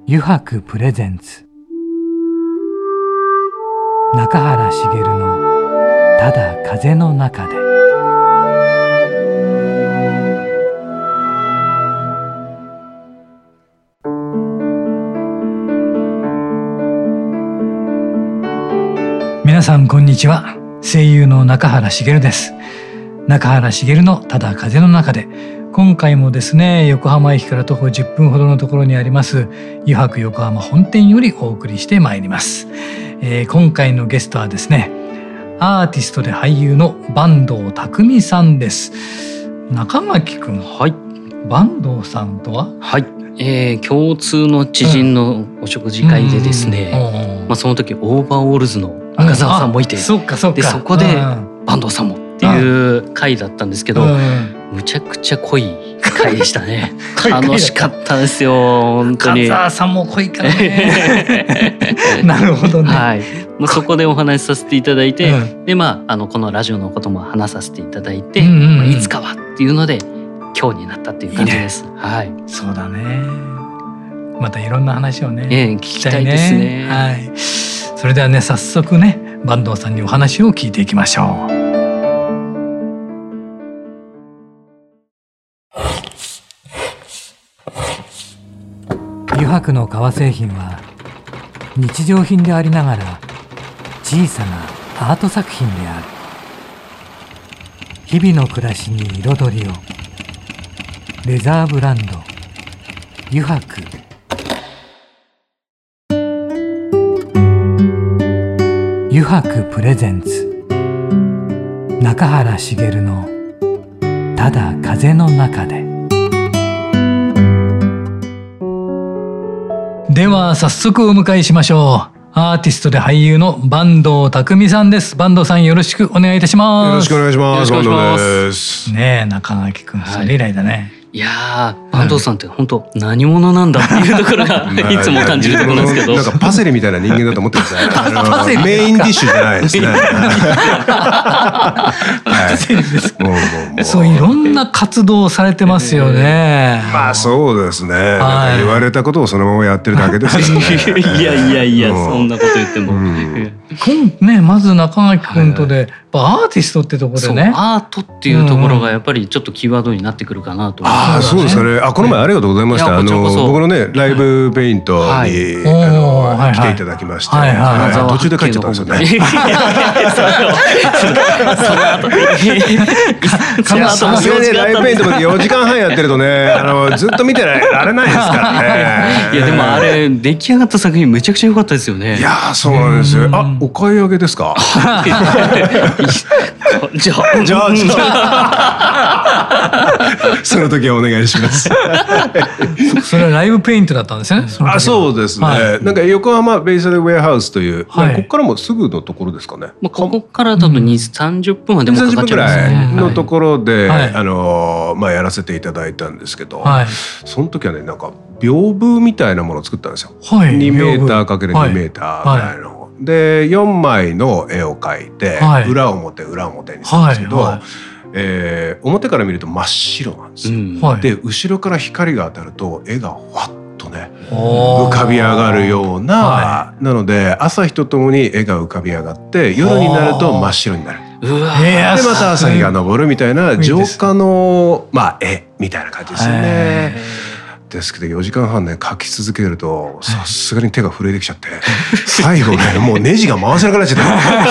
油白プレゼンツ中原茂のただ風の中で。皆さんこんにちは。声優の中原茂です。中原茂のただ風の中で、今回もですね、横浜駅から徒歩10分ほどのところにあります油白横浜本店よりお送りしてまいります。今回のゲストはですね、アーティストで俳優の坂東匠さんです。中垣くん、 はい、 坂東さんとは、 はい、共通の知人のお食事会でですね、その時オーバーオールズの赤澤さんもいて、 そこで坂東さんもっていう会だったんですけど、むちゃくちゃ濃い会でしたね。楽しかったですよ、本当に。 赤澤さんも濃いからね。なるほどね。 はい、そこでお話しさせていただいて、でこのラジオのことも話させていただいて、いつかはっていうので今日になったっていう感じです。はい、 そうだね。またいろんな話をね、 聞きたいですね。 はい。それではね、早速ね、坂東さんにお話を聞いていきましょう。油白の革製品は日常品でありながら小さなアート作品である。日々の暮らしに彩りを。レザーブランド油白。油白プレゼンツ中原茂のただ風の中で。では早速お迎えしましょう。アーティストで俳優の坂東匠さんです。坂東さん、よろしくお願いいたします。 よろしくお願いします。坂東です。 ねえ、中垣くん、それ以来だね。 いやー、坂東さんって本当何者なんだっていうところがいつも感じるところなんですけど、 なんかパセリみたいな人間だと思ってますね。メインディッシュじゃないですね。 パセリです。そう、いろんな活動をされてますよね。 そうですね。言われたことをそのままやってるだけですよね。 いやそんなこと言っても。 まず中垣くんとでアーティストってところでね、 アートっていうところがやっぱりちょっとキーワードになってくるかなと思います。 そうですかね。この前ありがとうございました。僕のねライブペイントに来ていただきまして、途中で帰っちゃったんですよね。さすがにライブペイントまで4時間半やってるとね、ずっと見てられないですからね。 いやでもあれ出来上がった作品めちゃくちゃ良かったですよね。 いやそうなんですよ。お買い上げですか。 じゃあその時はお願いします。 それはライブペイントだったんですね。 そうですね。なんか横浜ベイサルウェアハウスという、ここからもすぐのところですかね。 ここからだと30分はでもかかっちゃいますね。 30分ぐらいのところでやらせていただいたんですけど、その時はね、なんか屏風みたいなものを作ったんですよ。2メーター ×2 メーターぐらいの。で4枚の絵を描いて、裏表にするんですけど、表から見ると真っ白なんですよ。で後ろから光が当たると絵がわっとね浮かび上がるような、なので朝日とともに絵が浮かび上がって夜になると真っ白になる。でまた朝日が昇るみたいな浄化の絵みたいな感じですよね。ですけど4時間半ね描き続けるとさすがに手が震えてきちゃって、最後ねもうネジが回せなくなっちゃ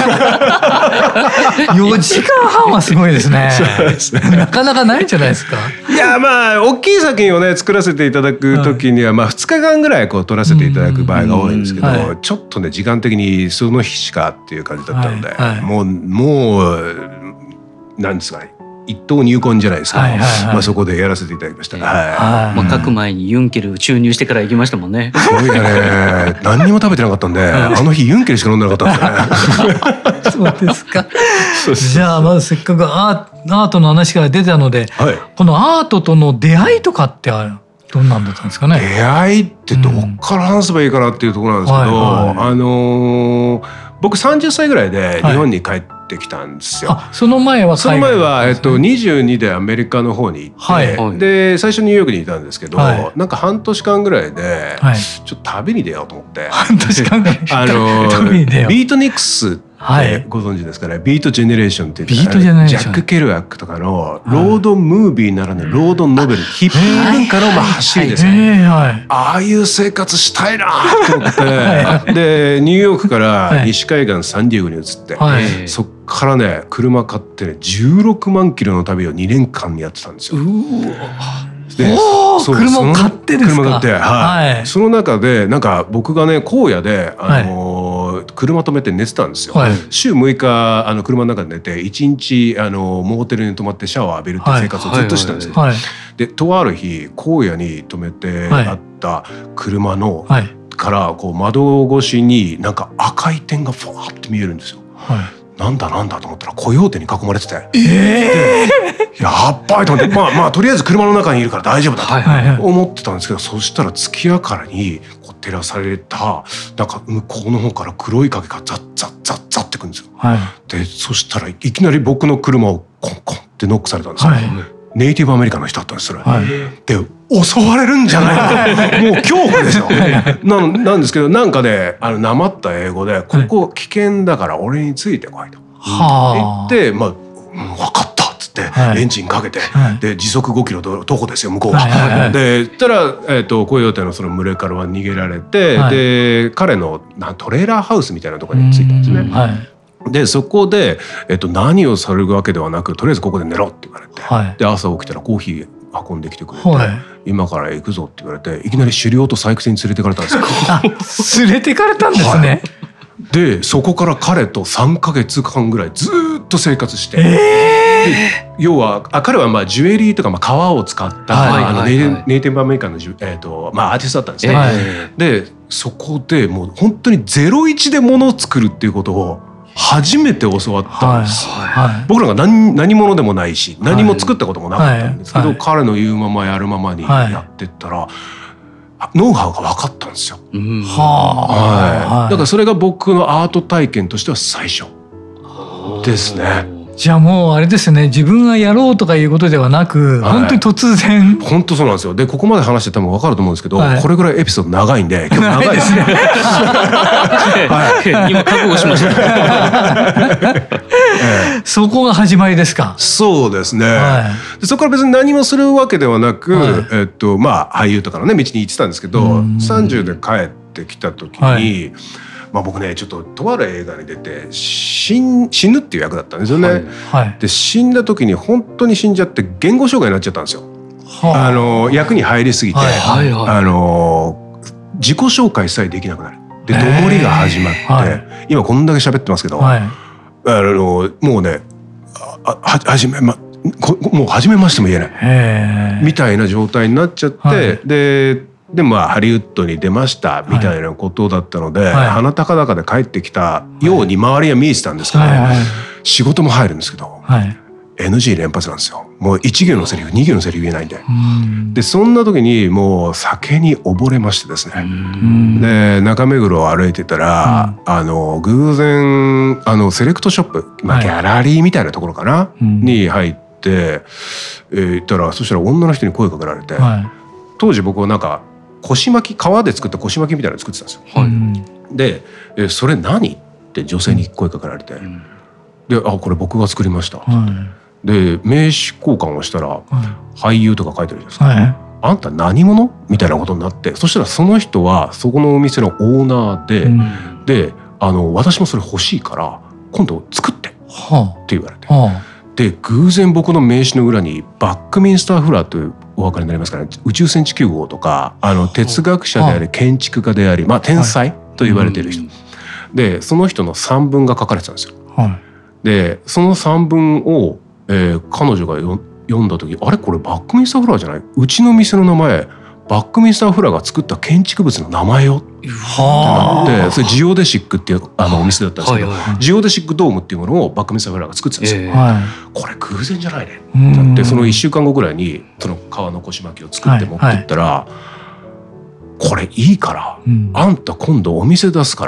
った。 4時間半はすごいですね。なかなかないんじゃないですか。 いや大きい作品をね作らせていただく時には2日間ぐらい撮らせていただく場合が多いんですけど、ちょっとね時間的にその日しかっていう感じだったので、もうなんですかね、一刀入魂じゃないですか。そこでやらせていただきました。 書く前にユンケル注入してから行きましたもんね。 そういやね、何にも食べてなかったんで、あの日ユンケルしか飲んでなかったんですね。そうですか。じゃあまずせっかくアートの話から出たので、このアートとの出会いとかってどんなんだったんですかね。 出会いってどっから話せばいいかなっていうところなんですけど、 僕30歳ぐらいで日本に帰ってきたんですよ。 その前は 22でアメリカの方に行って、で最初ニューヨークにいたんですけど、なんか半年間ぐらいでちょっと旅に出ようと思って、 半年間ぐらいビートニクスってご存知ですかね。ビートジェネレーションってジャック・ケルアックとかのロードムービーならぬロードノベル、ヒップ文化の走りですね。ああいう生活したいなと思ってでニューヨークから西海岸サンディエゴに移って、そっからね車買ってね16万キロの旅を2年間やってたんですよ。 車を買ってですか？ 車買って、その中でなんか僕がね荒野で車止めて寝てたんですよ。週6日車の中で寝て1日モーテルに泊まってシャワー浴びるっていう生活をずっとしてたんですよ。でとある日荒野に止めてあった車のからこう窓越しになんか赤い点がファーって見えるんですよ。なんだと思ったらコヨーテに囲まれてて、やっばいと思って、まあとりあえず車の中にいるから大丈夫だと思ってたんですけど、そしたら月明かりにこう照らされたなんか向こうの方から黒い影がザッザッザッザッってくるんですよ。でそしたらいきなり僕の車をコンコンってノックされたんですよ。ネイティブアメリカンの人だったんですそれ。で襲われるんじゃないかもう恐怖ですよ。なんですけどなんかねなまった英語で「ここ危険だから俺についてこい」と言って「分かった」っつってエンジンかけてで時速5キロ徒歩ですよ向こうは。で言ったらコヨーテのその群れからは逃げられて、で彼のトレーラーハウスみたいなところに着いたんですね。でそこで、何をされるわけではなくとりあえずここで寝ろって言われて、で朝起きたらコーヒー運んできてくれて、今から行くぞって言われていきなり狩猟と採掘に連れてかれたんですよ。 連れてかれたんですね。 でそこから彼と3ヶ月間ぐらいずっと生活して、要は彼はジュエリーとか革を使ったネイティブアメリカンのアーティストだったんですね。でそこでもう本当に01で物を作るっていうことを初めて教わったんです。僕らが何者でもないし何も作ったこともなかったんですけど、彼の言うままやるままにやってったらノウハウが分かったんですよ。だからそれが僕のアート体験としては最初ですね。 じゃあもうあれですね、自分がやろうとかいうことではなく、本当に突然。 本当そうなんですよ。でここまで話して多分分かると思うんですけど、これぐらいエピソード長いんで今日長いですね。 今覚悟しました。 そこが始まりですか？ そうですね。そこから別に何もするわけではなく、俳優とかのね道に行ってたんですけど、30で帰ってきた時に。僕ねちょっととある映画に出て死ぬっていう役だったんですよね。で死んだ時に本当に死んじゃって言語障害になっちゃったんですよ。役に入りすぎて自己紹介さえできなくなる。でどもりが始まって今こんだけ喋ってますけど、もうねもう初めましても言えないみたいな状態になっちゃって、でハリウッドに出ましたみたいなことだったので、鼻高々で帰ってきたように周りは見えてたんですけど、仕事も入るんですけど、NG 連発なんですよ。もう1行のセリフ2行のセリフ言えないんで。でそんな時にもう酒に溺れましてですね。で中目黒を歩いてたら、偶然セレクトショップ、ギャラリーみたいなところかな、に入って行ったら、そしたら女の人に声かけられて、当時僕はなんか腰巻き、革で作った腰巻きみたいなの作ってたんですよ。でそれ何って女性に声かけられて、でこれ僕が作りました。で名刺交換をしたら俳優とか書いてるじゃないですか。あんた何者みたいなことになって、そしたらその人はそこのお店のオーナーで、私もそれ欲しいから今度作ってって言われて、で偶然僕の名刺の裏にバックミンスター・フラーというお分かりになりますかね、宇宙船地球号とか哲学者であり建築家であり、天才と言われている人で、その人の散文が書かれてたんですよ。でその散文を、彼女が読んだ時、あれこれバックミンスター・フラーじゃない、うちの店の名前バックミンスター・フラーが作った建築物の名前よってなって、それジオデシックっていうお店だったんですけど、ジオデシックドームっていうものをバックミンスター・フラーが作ってたんですよ。これ偶然じゃないねってなって、その1週間後ぐらいにその革の腰巻きを作って持ってったら、これいいから、あんた今度お店出すから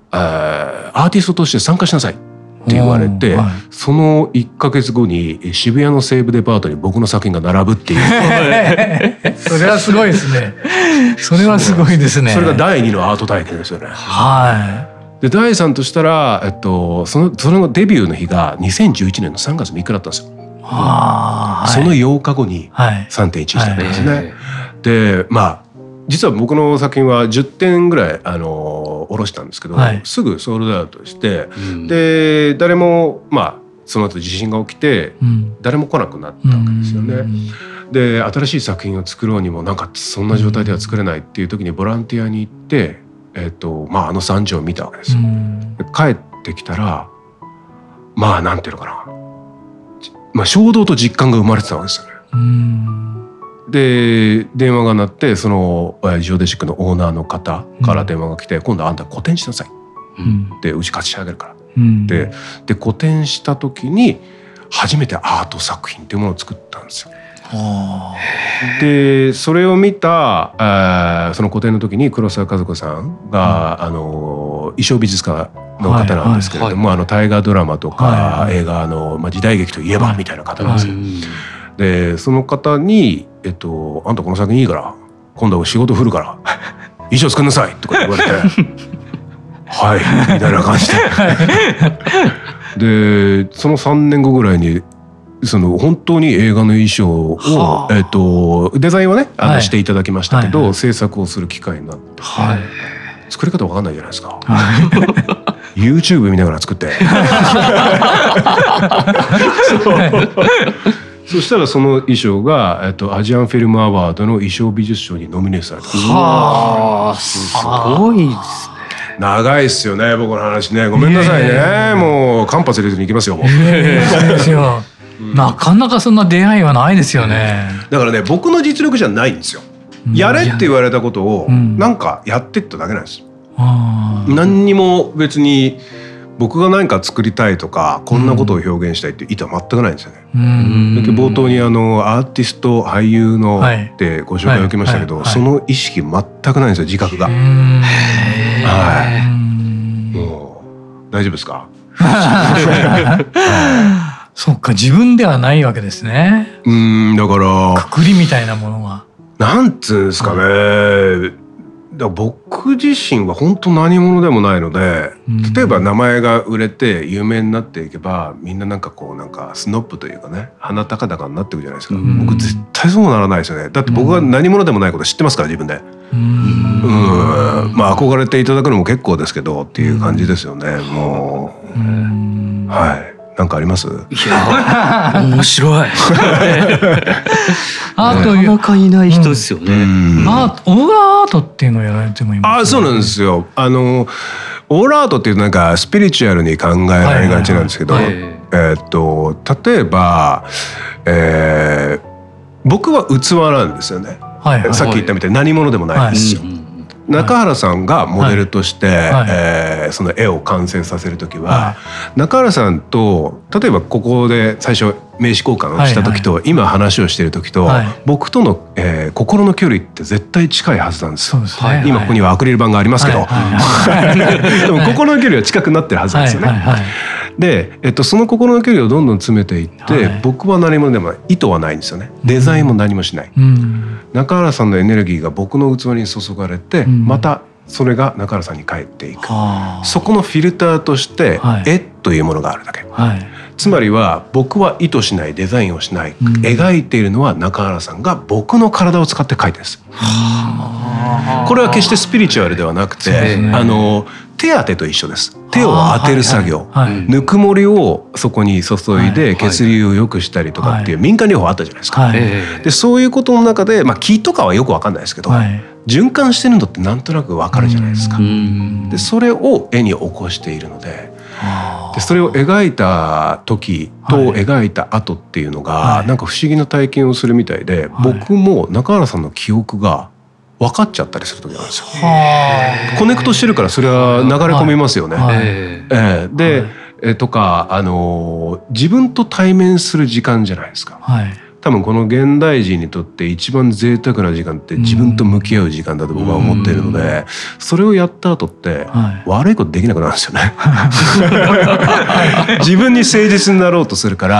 アーティストとして参加しなさいって言われて、その1ヶ月後に渋谷の西武デパートに僕の作品が並ぶっていうそれはすごいですね。それはすごいですね。 それが第2のアート体験ですよね。で第3としたら、そのデビューの日が2011年の3月3日だったんですよ。その8日後に 3.11 したんですね。で実は僕の作品は10点ぐらい下ろしたんですけど、すぐソールドアウトして、で誰もその後地震が起きて、誰も来なくなったわけですよね。で新しい作品を作ろうにもなんかそんな状態では作れないっていう時にボランティアに行って、あの惨状を見たわけですよ。帰ってきたらなんていうのかな、衝動と実感が生まれてたわけですよね。で電話が鳴って、そのジオデシックのオーナーの方から電話が来て、今度あんた個展しなさい、でうち貸し上げるから、で個展した時に初めてアート作品っていうものを作ったんですよ。でそれを見たその個展の時に黒沢和子さんが、衣装美術家の方なんですけれども、大河ドラマとか、映画の、時代劇といえばみたいな方なんですよ。でその方に、あんたこの作品いいから今度仕事振るから衣装作んなさいとか言われてはいみたいな感じで、その3年後ぐらいに本当に映画の衣装を、デザインはねしていただきましたけど、制作をする機会になって、作り方わかんないじゃないですか。YouTube 見ながら作ってそしたらその衣装が、アジアンフィルムアワードの衣装美術賞にノミネートされた。 すごいですね。 長いっすよね、僕の話ね。ごめんなさいね。もう間髪入れずに行きますよ。もう。そうですよ。なかなかそんな出会いはないですよね。 だからね、僕の実力じゃないんですよ。やれって言われたことをなんかやってっただけなんです。何にも別に僕が何か作りたいとかこんなことを表現したいっていう意図は全くないんですよね。冒頭にアーティスト俳優のってご紹介を受けましたけど、その意識全くないんですよ、自覚が。もう大丈夫ですか？ そっか、自分ではないわけですね。 だからくくりみたいなものが。 なんつうんですかね。だから僕自身は本当何者でもないので、例えば名前が売れて有名になっていけばみんななんかスノップというかね、鼻高々になっていくじゃないですか。僕絶対そうならないですよね。だって僕は何者でもないこと知ってますから、自分で。憧れていただくのも結構ですけどっていう感じですよね。もうはい。なんかあります？いや面白い。 アートなかなかいない人ですよね。 オーラアートっていうのをやられてもいいますか？ そうなんですよ。オーラアートっていうなんかスピリチュアルに考えられがちなんですけど、例えば、僕は器なんですよね。さっき言ったみたいに何者でもないんですよ。中原さんがモデルとして、その絵を完成させる時は、中原さんと例えばここで最初名刺交換をした時と、今話をしている時と、僕との、心の距離って絶対近いはずなんですよ。今ここにはアクリル板がありますけど、でも心の距離は近くなってるはずなんですよね。で、その心の距離をどんどん詰めていって、僕は何者でもない、意図はないんですよね。デザインも何もしない。中原さんのエネルギーが僕の器に注がれて、またそれが中原さんに返っていく。そこのフィルターとして絵というものがあるだけ。つまりは僕は意図しない、デザインをしない、描いているのは中原さんが僕の体を使って描いてるんです。これは決してスピリチュアルではなくて、手当てと一緒です。手を当てる作業、ぬくもりをそこに注いで血流を良くしたりとかっていう民間療法あったじゃないですか。でそういうことの中で、気とかはよく分かんないですけど、循環してるのってなんとなく分かるじゃないですか。でそれを絵に起こしているので、それを描いた時と描いた後っていうのがなんか不思議な体験をするみたいで、僕も中原さんの記憶が分かっちゃったりする時なんですよ。コネクトしてるからそれは流れ込みますよね。で、とか自分と対面する時間じゃないですか。 多分この現代人にとって一番贅沢な時間って自分と向き合う時間だと僕は思っているので、それをやった後って悪いことできなくなるんですよね。自分に誠実になろうとするから、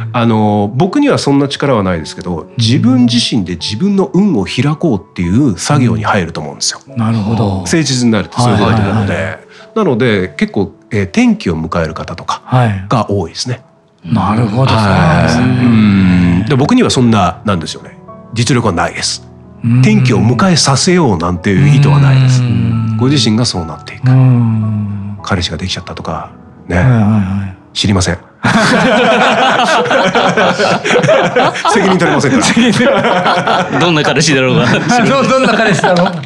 僕にはそんな力はないですけど、自分自身で自分の運を開こうっていう作業に入ると思うんですよ。 なるほど。 誠実になるってそういうことだと思うので、なので結構、転機を迎える方とかが多いですね。 なるほど、そうなんですね。 で僕にはそんななんですよね、実力はないです。転機を迎えさせようなんていう意図はないです。ご自身がそうなっていく。彼氏ができちゃったとかね、知りません。責任取れませんから。 どんな彼氏だろうが。 どんな彼氏だろう。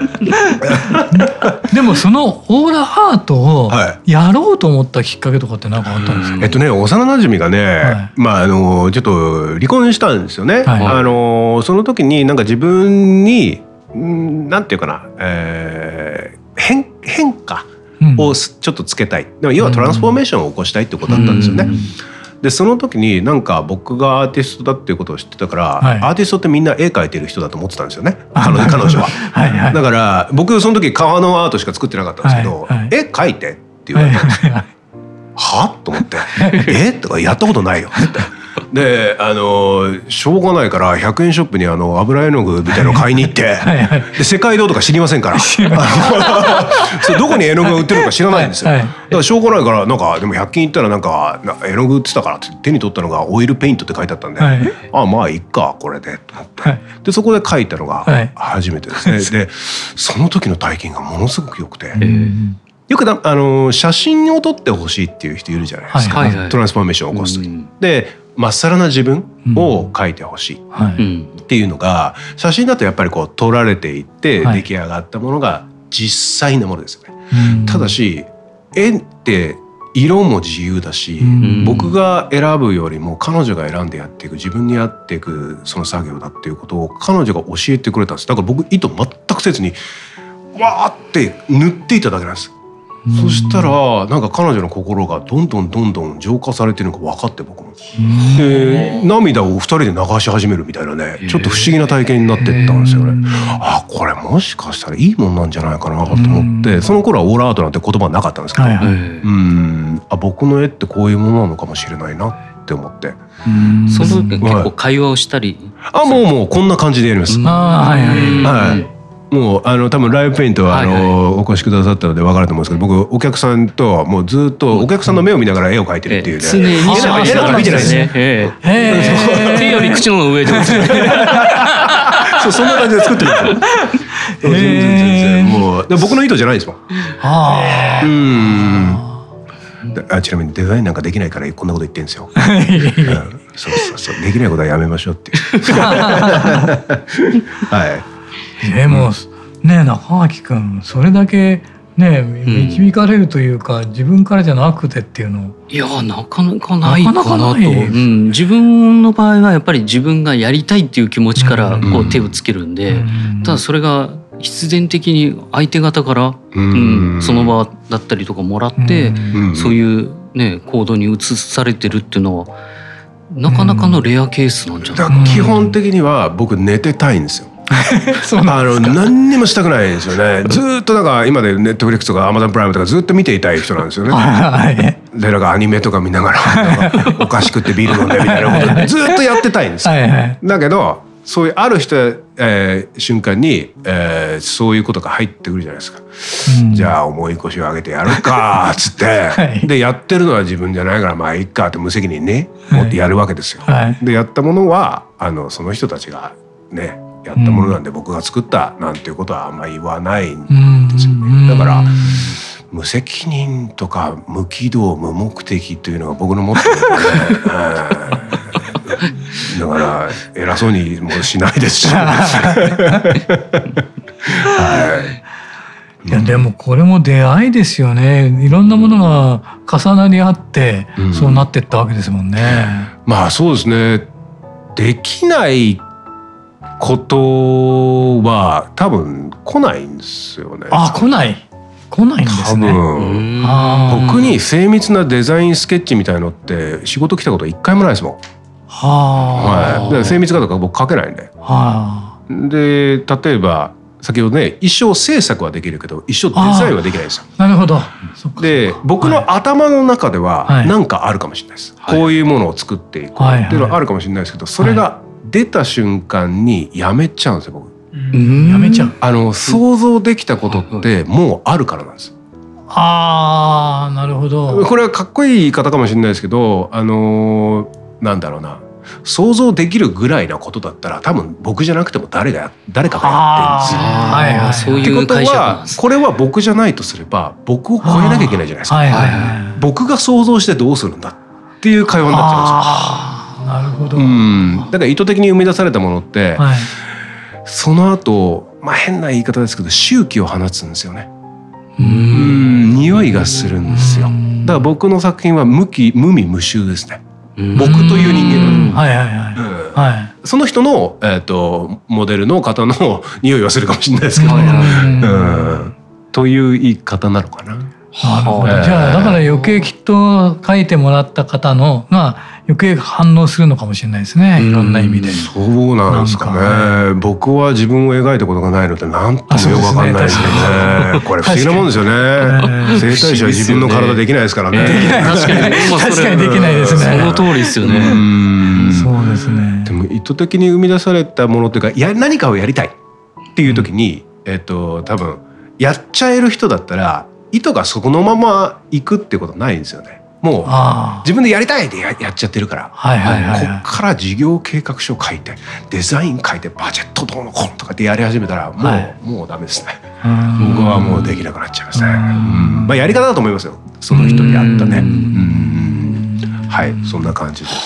でもそのオーラアートをやろうと思ったきっかけとかって何かあったんですか？ 幼馴染がね、ちょっと離婚したんですよね。その時になんか自分になんていうかな、変化をちょっとつけたい。でも要はトランスフォーメーションを起こしたいってことだったんですよね。でその時になんか僕がアーティストだっていうことを知ってたから、アーティストってみんな絵描いてる人だと思ってたんですよね、彼女は。だから僕その時革のアートしか作ってなかったんですけど、絵描いてって言われたんですよ。はと思ってとかやったことないよって。でしょうがないから100円ショップに油絵の具みたいなの買いに行ってで世界堂とか知りませんからそれどこに絵の具が売ってるのか知らないんですよ。だからしょうがないからなんかでも100均行ったらなんか絵の具売ってたからって手に取ったのがオイルペイントって書いてあったんで、まあいっかこれでと思ってでそこで描いたのが初めてですね。でその時の体験がものすごく良くて。よく写真を撮ってほしいっていう人いるじゃないですか、トランスフォーメーションを起こす時でまっさらな自分を描いてほしいっていうのが、写真だとやっぱりこう撮られていって出来上がったものが実際のものですよね。ただし絵って色も自由だし、僕が選ぶよりも彼女が選んでやっていく、自分にやっていくその作業だっていうことを彼女が教えてくれたんです。だから僕意図全くせずにわーって塗っていただけなんです。そしたらなんか彼女の心がどんどん浄化されてるのが分かって、僕もで涙を2人で流し始めるみたいなね、ちょっと不思議な体験になってったんですよね。これもしかしたらいいもんなんじゃないかなと思って、その頃はオーラアートなんて言葉はなかったんですけど、僕の絵ってこういうものなのかもしれないなって思って、 その結構会話をしたり、 もうこんな感じでやります。もう多分ライブペイントはお越しくださったので分かると思うんですけど、僕お客さんともうずっとお客さんの目を見ながら絵を描いてるっていうね。 常に絵なんか見てないですね。手より口の方が上ですね。 そんな感じで作ってる。もう僕の意図じゃないですもん。ちなみにデザインなんかできないからこんなこと言ってるんですよ。そうできないことはやめましょうっていう。 でもね、中垣君それだけね導かれるというか、自分からじゃなくてっていうの、 いやなかなかないかなと。自分の場合はやっぱり自分がやりたいっていう気持ちからこう手をつけるんで、ただそれが必然的に相手方からその場だったりとかもらってそういうね行動に移されてるっていうのはなかなかのレアケースなんじゃないかな。 基本的には僕寝てたいんですよ。何にもしたくないんですよね。ずっとなんか今でネットフリックスとかアマゾンプライムとかずっと見ていたい人なんですよね。でなんかアニメとか見ながらお菓子食ってビール飲んでみたいなことずっとやってたいんですよ。だけどそういうある瞬間に、そういうことが入ってくるじゃないですか。じゃあ重い腰を上げてやるかっつってでやってるのは自分じゃないからまあいいかって無責任にね持ってやるわけですよ。でやったものはその人たちがねやったものなんで僕が作ったなんていうことはあんまり言わないんですよね。だから無責任とか無軌道無目的というのが僕の持ってるんでね。だから偉そうにもしないですし。 いやでもこれも出会いですよね。いろんなものが重なり合ってそうなっていったわけですもんね。 まあそうですね。できないことは多分来ないんですよね。 来ないんですね。 僕に精密なデザインスケッチみたいのって仕事来たこと一回もないですもん。 はい、だから精密画とか僕描けないんで。で例えば先ほどね、衣装制作はできるけど衣装デザインはできないんですよ。 なるほど。 で僕の頭の中では何かあるかもしれないです、こういうものを作っていこうっていうのはあるかもしれないですけど、それが出た瞬間にやめちゃうんですよ僕。 やめちゃう。 想像できたことってもうあるからなんです。 なるほど。 これはかっこいい言い方かもしれないですけど、なんだろうな、想像できるぐらいなことだったら多分僕じゃなくても誰かがやってるんですよ。 そういう解釈なんですね。これは僕じゃないとすれば僕を超えなきゃいけないじゃないですか。僕が想像してどうするんだっていう会話になっちゃうんですよ。 なるほど。 だから意図的に生み出されたものって、その後、変な言い方ですけど周期を放つんですよね。匂いがするんですよ。だから僕の作品は無味無臭ですね。僕という人間、その人の、モデルの方の匂いはするかもしれないですけど、という言い方なのかな。 なるほど。じゃあだから余計きっと書いてもらった方のが余計反応するのかもしれないですね。いろんな意味で。 そうなんですかね。僕は自分を描いたことがないので何ともよくわかんないですけどね。これ不思議なもんですよね。整体師は自分の体できないですからね。 確かにできないですね。 その通りですよね。 そうですね。 でも意図的に生み出されたものというか、何かをやりたいっていう時に、多分やっちゃえる人だったら意図がそこのままいくっていうことはないんですよね。もう自分でやりたいってやっちゃってるから、こっから事業計画書書いてデザイン書いてバジェットどうのこうのとかってやり始めたらもうダメですね。僕はもうできなくなっちゃいますね。やり方だと思いますよ、その人に合ったね。はい、そんな感じです。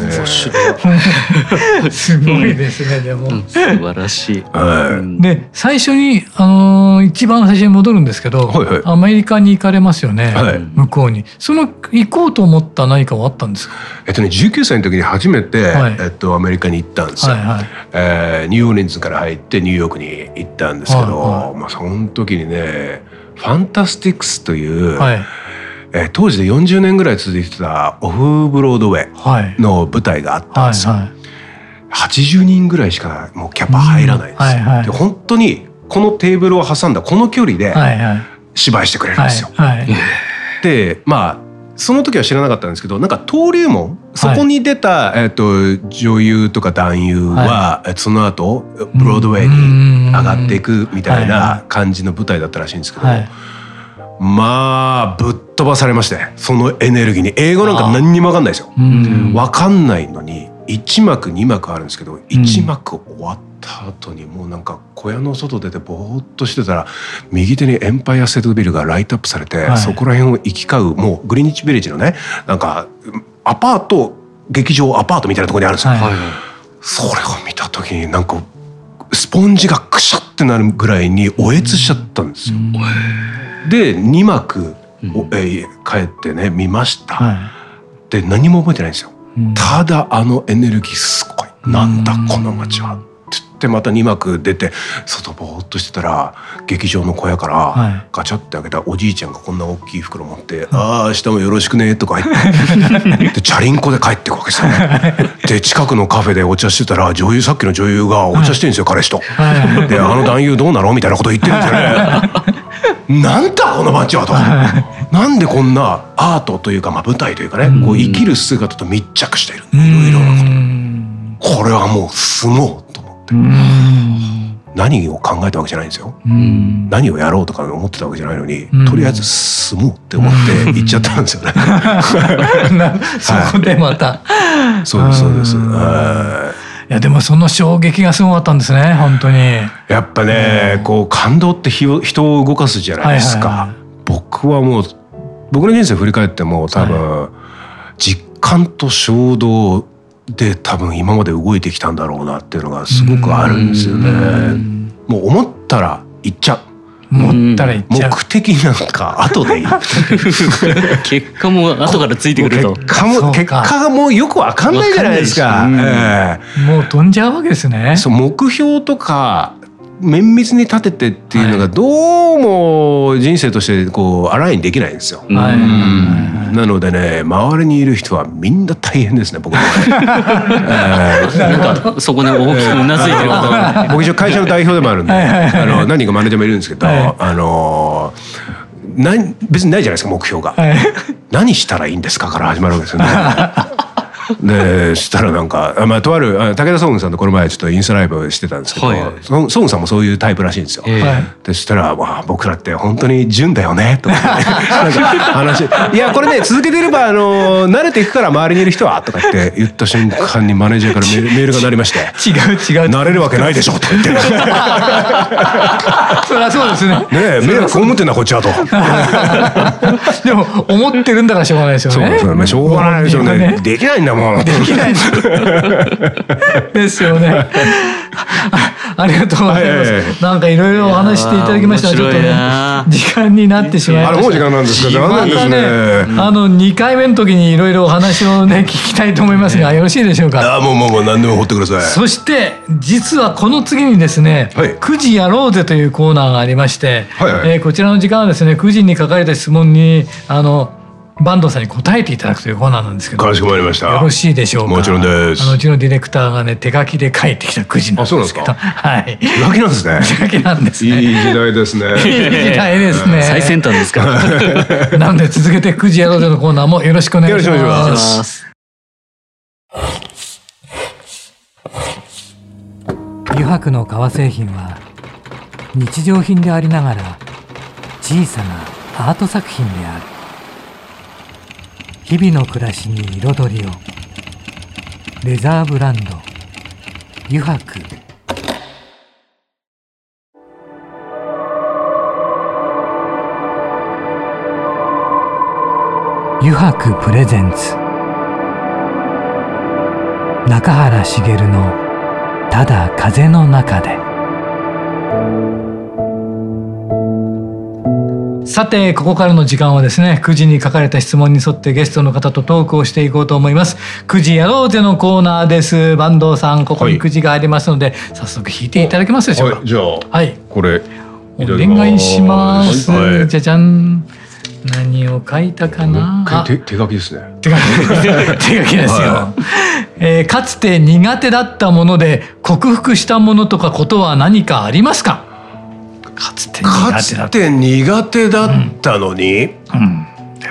すごいですね。でも素晴らしい。 で最初に一番最初に戻るんですけど、アメリカに行かれますよね。向こうに行こうと思った何かはあったんですか ？19歳の時に初めてアメリカに行ったんですよ。ニューオーリンズから入ってニューヨークに行ったんですけど、その時にねファンタスティックスという当時で40年ぐらい続いてたオフブロードウェイの舞台があったんですよ。80人ぐらいしかもうキャパ入らないんですよ。で本当にこのテーブルを挟んだこの距離で芝居してくれるんですよ。でその時は知らなかったんですけど、なんか登竜門、そこに出た女優とか男優はその後ブロードウェイに上がっていくみたいな感じの舞台だったらしいんですけど、ぶっ飛ばされまして、そのエネルギーに。英語なんか何にも分かんないですよ。分かんないのに1幕2幕あるんですけど、1幕終わった後にもうなんか小屋の外出てぼーっとしてたら右手にエンパイアステートビルがライトアップされて、そこら辺を行き交うもうグリニッチビレッジのね、なんかアパート劇場アパートみたいなところにあるんですよ。それを見た時になんかスポンジがクシャってなるぐらいにおえつしちゃったんですよ。で2幕帰ってね見ました。で何も覚えてないんですよ。ただエネルギーすごい、なんだこの街はって言ってまた2幕出て外ぼーっとしてたら劇場の小屋からガチャって開けたおじいちゃんがこんな大きい袋持って「明日もよろしくね」とか言ってでチャリンコで帰ってくわけですよね。で近くのカフェでお茶してたらさっきの女優がお茶してるんですよ、彼氏と。で男優どうなのみたいなこと言ってるんですよね。なんだこの街はと。なんでこんなアートというか舞台というかね、こう生きる姿と密着している、いろいろなこと。これはもう住もうと思って。何を考えたわけじゃないんですよ。何をやろうとか思ってたわけじゃないのに、とりあえず住もうって思って行っちゃったんですよね。 そこでまた。 そうですそうです。 いやでもその衝撃がすごかったんですね、本当に。 やっぱね、こう感動って人を動かすじゃないですか。僕はもう僕の人生振り返っても多分実感と衝動で多分今まで動いてきたんだろうなっていうのがすごくあるんですよね。もう思ったら行っちゃう。 思ったら行っちゃう。 目的なんか後でいい。 結果も後からついてくると。 結果がもうよくわかんないじゃないですか。 もう飛んじゃうわけですね。 そう、目標とか綿密に立ててっていうのがどうも人生としてこうアラインできないんですよ。なのでね、周りにいる人はみんな大変ですね、僕の場合。 なんかそこで大きくうなずいてることが僕一応会社の代表でもあるんで、何人かマネージャーもいるんですけど、別にないじゃないですか、目標が。何したらいいんですかから始まるわけですよね。でしたらなんか、とある武田壮雲さんとこの前ちょっとインスタライブしてたんですけど、壮雲さんもそういうタイプらしいんですよ。でしたら、僕らって本当に純だよねとかなんか話、いやこれね続けてれば慣れていくから周りにいる人はとかって言った瞬間にマネージャーからメールが鳴りまして、 違う慣れるわけないでしょとか言ってそりゃそうですね。 ねえ、迷惑被ってんなこっちはと。 でも思ってるんだからしょうがないですよね。 そうですね、しょうがないですよね。できないんだもん。 できないですよね。ありがとうございます。なんかいろいろお話していただきましたが、ちょっとね時間になってしまいました。 もう時間なんですか。残念ですね。 2回目の時にいろいろお話をね聞きたいと思いますが、よろしいでしょうか。 もう何でも掘ってください。 そして実はこの次にですね、9時やろうぜというコーナーがありまして、こちらの時間はですね、9時に書かれた質問に坂東さんに答えていただくというコーナーなんですけど、 かしこまりました。 よろしいでしょうか。 もちろんです。 うちのディレクターがね手書きで書いてきたくじなんですけど、はい。 手書きなんですね。 手書きなんですね。 いい時代ですね。 いい時代ですね。 最先端ですから。 なので続けて9時やろうぜのコーナーもよろしくお願いします。油白の革製品は日常品でありながら小さなアート作品である。日々の暮らしに彩りを。レザーブランド油白。油白プレゼンツ中原茂のただ風の中で。さてここからの時間はですね、9時に書かれた質問に沿ってゲストの方とトークをしていこうと思います。9時やろうぜのコーナーです。坂東さん、ここに9時がありますので、早速引いていただけますでしょうか。 じゃあ、これお願いします。じゃじゃん。何を書いたかな。 手書きですね。 手書きですよ。かつて苦手だったもので克服したものとかことは何かありますか。かつて苦手だったのに、 です。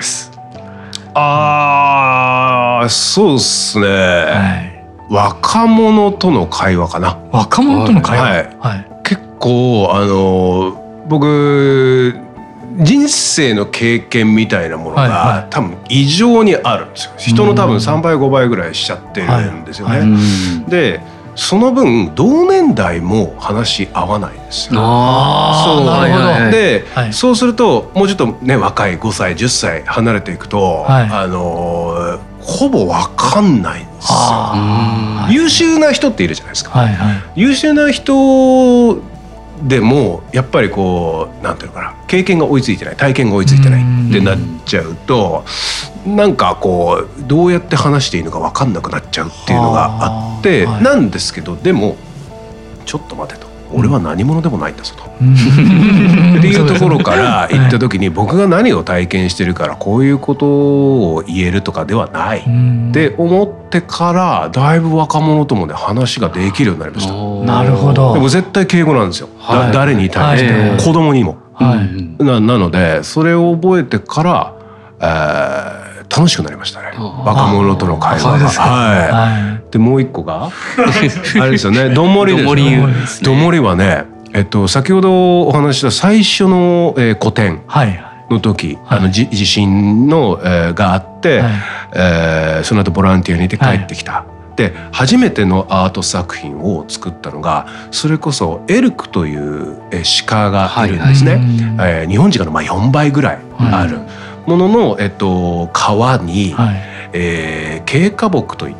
そうですね。若者との会話かな。 若者との会話。 結構僕人生の経験みたいなものが多分異常にあるんですよ。人の多分3倍5倍ぐらいしちゃってるんですよね。でその分同年代も話し合わないんですよ。 なるほど。 で、そうするともうちょっとね若い5歳10歳離れていくと、ほぼ分かんないんですよ。優秀な人っているじゃないですか。優秀な人でもやっぱりこうなんていうのかな、経験が追いついてない、体験が追いついてないってなっちゃうと、なんかこうどうやって話していいのか分かんなくなっちゃうっていうのがあって、なんですけど、でもちょっと待てと、俺は何者でもないんだぞとっていうところから言った時に、僕が何を体験してるからこういうことを言えるとかではないって思ってから、だいぶ若者ともね話ができるようになりました。 なるほど。 でも絶対敬語なんですよ。誰に対しても、子供にも。なのでそれを覚えてから楽しくなりましたね、若者との会話が。でもう一個があれですよね、どんもりですね。どんもりはね、先ほどお話しした最初の個展の時、地震のがあって、その後ボランティアに行って帰ってきた。で初めてのアート作品を作ったのが、それこそエルクという鹿がいるんですね。日本人の4倍ぐらいあるものの、川に、経過木といって、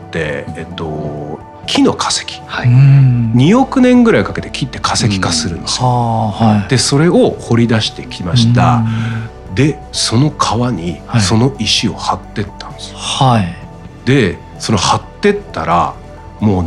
木の化石、2億年ぐらいかけて切って化石化するんですよ。でそれを掘り出してきました。でその川にその石を張ってったんですよ。でその張ってったらもうね、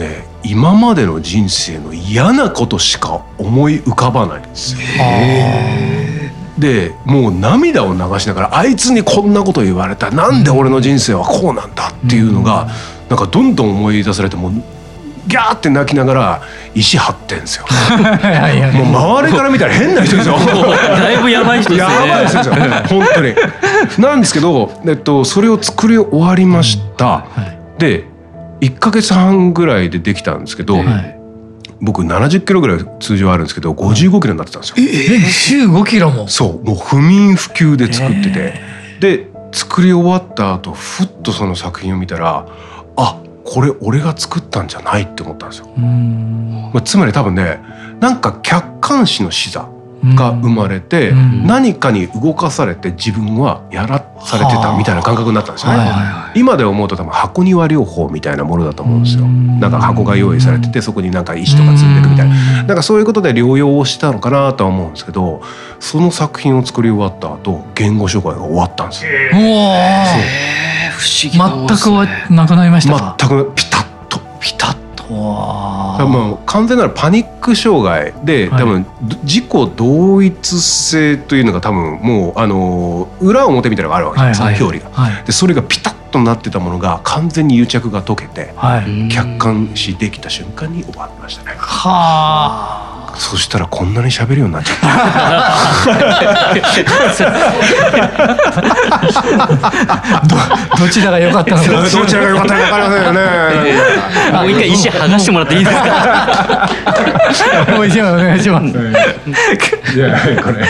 今までの人生の嫌なことしか思い浮かばないんですよ。でもう涙を流しながら、あいつにこんなこと言われた、なんで俺の人生はこうなんだっていうのが、なんかどんどん思い出されて、もうギャーって泣きながら石張ってんですよ。もう周りから見たら変な人ですよ。 だいぶやばい人ですね。 やばい人ですよ本当に。なんですけど、それを作り終わりました。で1ヶ月半ぐらいでできたんですけど、僕70キロぐらい通常あるんですけど55キロになってたんですよ。 15キロも。 そう、もう不眠不休で作ってて、で作り終わった後ふっとその作品を見たら、あ、これ俺が作ったんじゃないって思ったんですよ。つまり多分ね、なんか客観視の視座が生まれて、何かに動かされて自分はやらされてたみたいな感覚になったんですよね。今で思うと多分箱庭療法みたいなものだと思うんですよ。なんか箱が用意されてて、そこになんか石とか積んでいくみたいな、なんかそういうことで療養をしたのかなとは思うんですけど、その作品を作り終わった後言語障害が終わったんですよ。 不思議なもんですね。 全くなくなりましたか？ 全くピタッと。もう完全なるパニック障害で、多分自己同一性というのが多分もう裏表みたいなのがあるわけじゃないですか、表裏が。でそれがピタッとなってたものが完全に癒着が解けて、客観視できた瞬間に終わりましたね。そしたらこんなに喋るようになっちゃった。 どちらが良かったのか。 どちらが良かったか分かりませんよね。 もう一回石剥がしてもらっていいですか。 もう一枚お願いします。 じゃあこれ。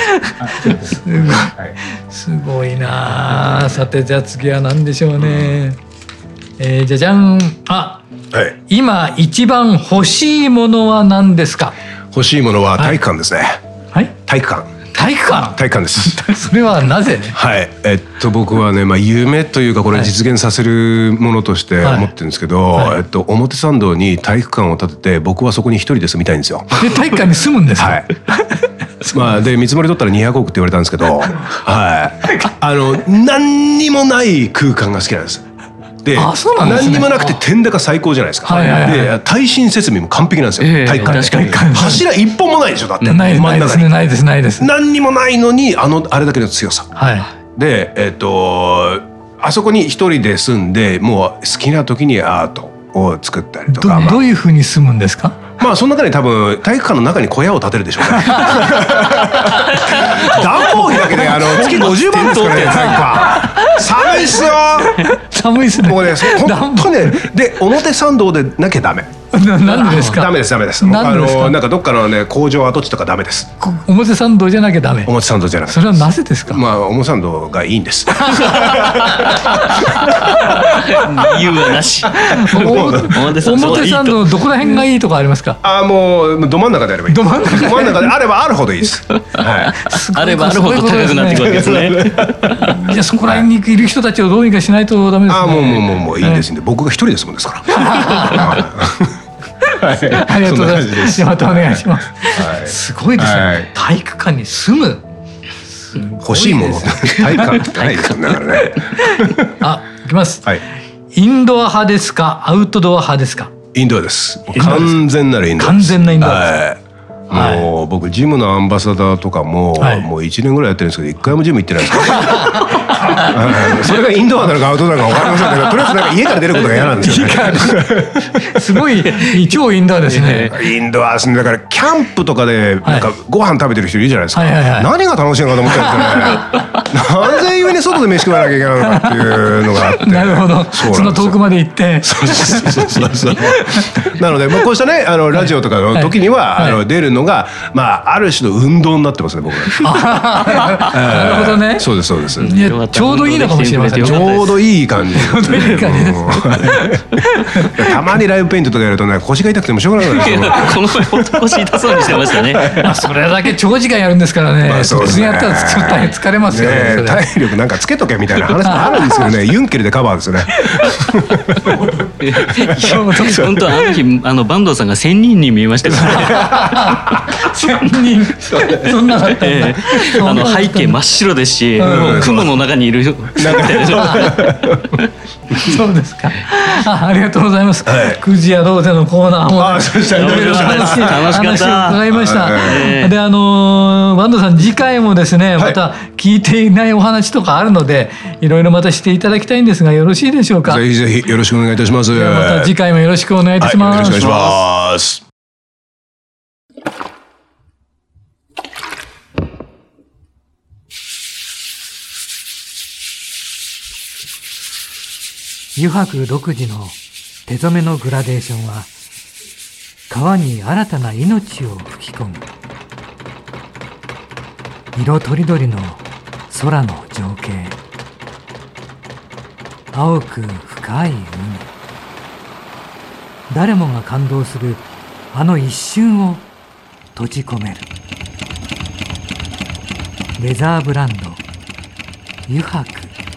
すごいな。さてじゃあ次は何でしょうね。じゃじゃん。今一番欲しいものは何ですか？ 欲しいものは体育館ですね。はい。体育館。 体育館。 体育館です。 それはなぜ？ はい。僕はね、夢というかこれ実現させるものとして思ってるんですけど、表参道に体育館を建てて、僕はそこに一人で住みたいんですよ。 で体育館に住むんですか？ はい。で見積もり取ったら200億って言われたんですけど、何にもない空間が好きなんです。で何にもなくて天高最高じゃないですか。で耐震設備も完璧なんですよ。体育館柱一本もないでしょ。だってないですないです。 何にもないのにあれだけの強さで、あそこに一人で住んで、もう好きな時にアートを作ったりとか。 どういう風に住むんですか？ その中に多分体育館の中に小屋を建てるでしょうね。暖房費だけで月50万ですからね。体育館寒いっすよ。 寒いっすね。 もうね、本当にね、で表参道でなきゃダメ。 なんでですか？ ダメです。なんかどっかのね工場跡地とかダメです。 表参道じゃなきゃダメ。 表参道じゃなくて。 それはなぜですか？ 表参道がいいんです。 理由はなし。 表参道どこら辺がいいとかありますか？ もうど真ん中であればいい。ど真ん中であればあるほどいいです。 あればあるほど高くなっていくわけですね。 じゃあそこら辺にいる人たちをどうにかしないとダメですね。 もういいんですんで、僕が一人で住むんですから。 ありがとうございます。またお願いします。すごいですね。体育館に住む。 欲しいもの体育館ってないですよね。 いきます。インドア派ですか、アウトドア派ですか？ インドアです。完全なるインドア。 完全なインドアです。 もう僕ジムのアンバサダーとかももう1年ぐらいやってるんですけど、1回もジム行ってないですから。それがインドアなのかアウトドアなのか分かりませんけど、とりあえずなんか家から出ることが嫌なんですよね。 すごい超インドアですね。 インドアですね。だからキャンプとかでなんかご飯食べてる人いるじゃないですか。何が楽しいのかと思ってるんですよね。なぜ故に外で飯食わなきゃいけないのかっていうのがあって。 なるほど。その遠くまで行って。 なのでこうしたねラジオとかの時には出るのがある種の運動になってますね、僕は。 なるほどね。 そうですそうです。 ちょうどいいのかもしれません。 ちょうどいい感じ。たまにライブペイントとかやるとね、腰が痛くてもしょうがないですよ。 この前腰痛そうにしてましたね。 それだけ長時間やるんですからね。突然やったら疲れますよね。 体力なんかつけとけみたいな話もあるんですけどね。ユンケルでカバーですよね。 本当あの日坂東さんが仙人に見えましたからね。 仙人。そんなだったんだ。 背景真っ白ですし、雲の中にいるそうですか。ありがとうございます。くじやローゼのコーナーも楽しかった。 話を伺いました。で、坂東さん次回もですね、また聞いていないお話とかあるので、いろいろまたしていただきたいんですが、よろしいでしょうか。 ぜひぜひよろしくお願いいたします。 また次回もよろしくお願いいたします。 よろしくお願いします。 油白独自の手染めのグラデーションは川に新たな命を吹き込む。色とりどりの空の情景、青く深い海、誰もが感動するあの一瞬を閉じ込める。レザーブランド油白。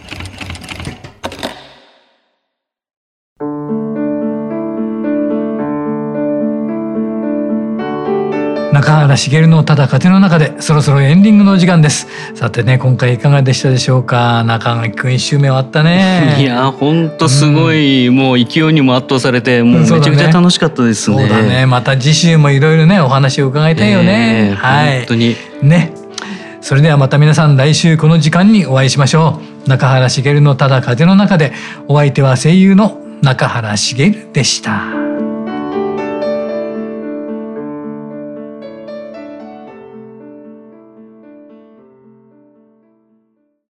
中原茂のただ風の中で、そろそろエンディングの時間です。さてね、今回いかがでしたでしょうか。中垣くん1周目終わったね。 いや本当すごい、もう勢いにも圧倒されて、もうめちゃくちゃ楽しかったですね。 そうだね。また次週もいろいろねお話を伺いたいよね。はい。 本当にね。それではまた皆さん来週この時間にお会いしましょう。中原茂のただ風の中で、お相手は声優の中原茂でした。